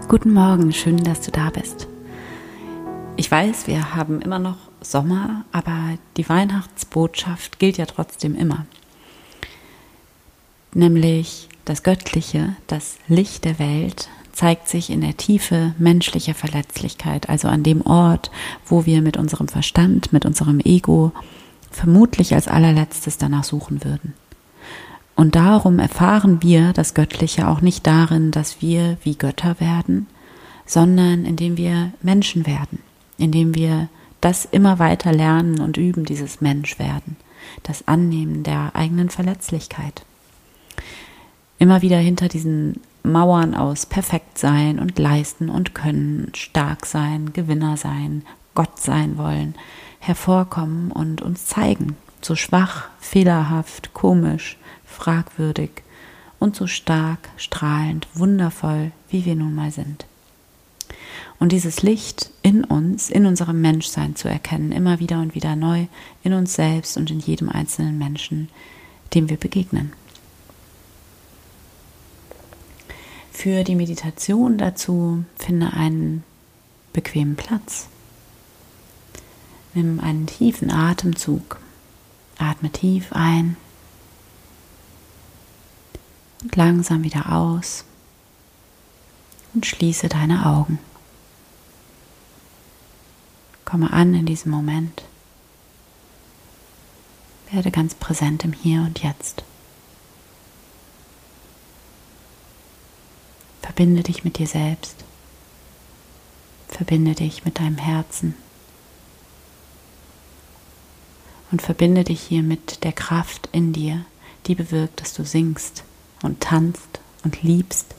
Guten Morgen, schön, dass du da bist. Ich weiß, wir haben immer noch Sommer, aber die Weihnachtsbotschaft gilt ja trotzdem immer. Nämlich das Göttliche, das Licht der Welt, zeigt sich in der Tiefe menschlicher Verletzlichkeit, also an dem Ort, wo wir mit unserem Verstand, mit unserem Ego vermutlich als allerletztes danach suchen würden. Und darum erfahren wir das Göttliche auch nicht darin, dass wir wie Götter werden, sondern indem wir Menschen werden, indem wir das immer weiter lernen und üben, dieses Menschwerden, das Annehmen der eigenen Verletzlichkeit. Immer wieder hinter diesen Mauern aus Perfektsein und Leisten und Können, stark sein, Gewinner sein, Gott sein wollen, hervorkommen und uns zeigen, so schwach, fehlerhaft, komisch, fragwürdig und so stark, strahlend, wundervoll, wie wir nun mal sind. Und dieses Licht in uns, in unserem Menschsein zu erkennen, immer wieder und wieder neu, in uns selbst und in jedem einzelnen Menschen, dem wir begegnen. Für die Meditation dazu finde einen bequemen Platz. Nimm einen tiefen Atemzug, atme tief ein und langsam wieder aus und schließe deine Augen. Komme an in diesem Moment. Werde ganz präsent im Hier und Jetzt. Verbinde dich mit dir selbst. Verbinde dich mit deinem Herzen. Und verbinde dich hier mit der Kraft in dir, die bewirkt, dass du singst und tanzt und liebst.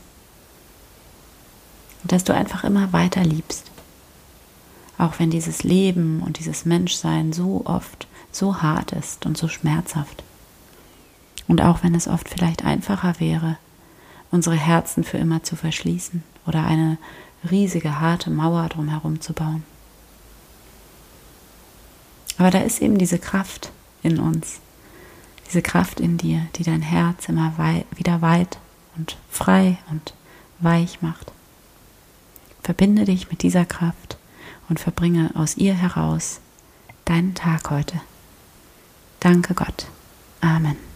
Und dass du einfach immer weiter liebst. Auch wenn dieses Leben und dieses Menschsein so oft so hart ist und so schmerzhaft. Und auch wenn es oft vielleicht einfacher wäre, unsere Herzen für immer zu verschließen oder eine riesige, harte Mauer drumherum zu bauen. Aber da ist eben diese Kraft in uns, diese Kraft in dir, die dein Herz immer wieder weit und frei und weich macht. Verbinde dich mit dieser Kraft und verbringe aus ihr heraus deinen Tag heute. Danke Gott. Amen.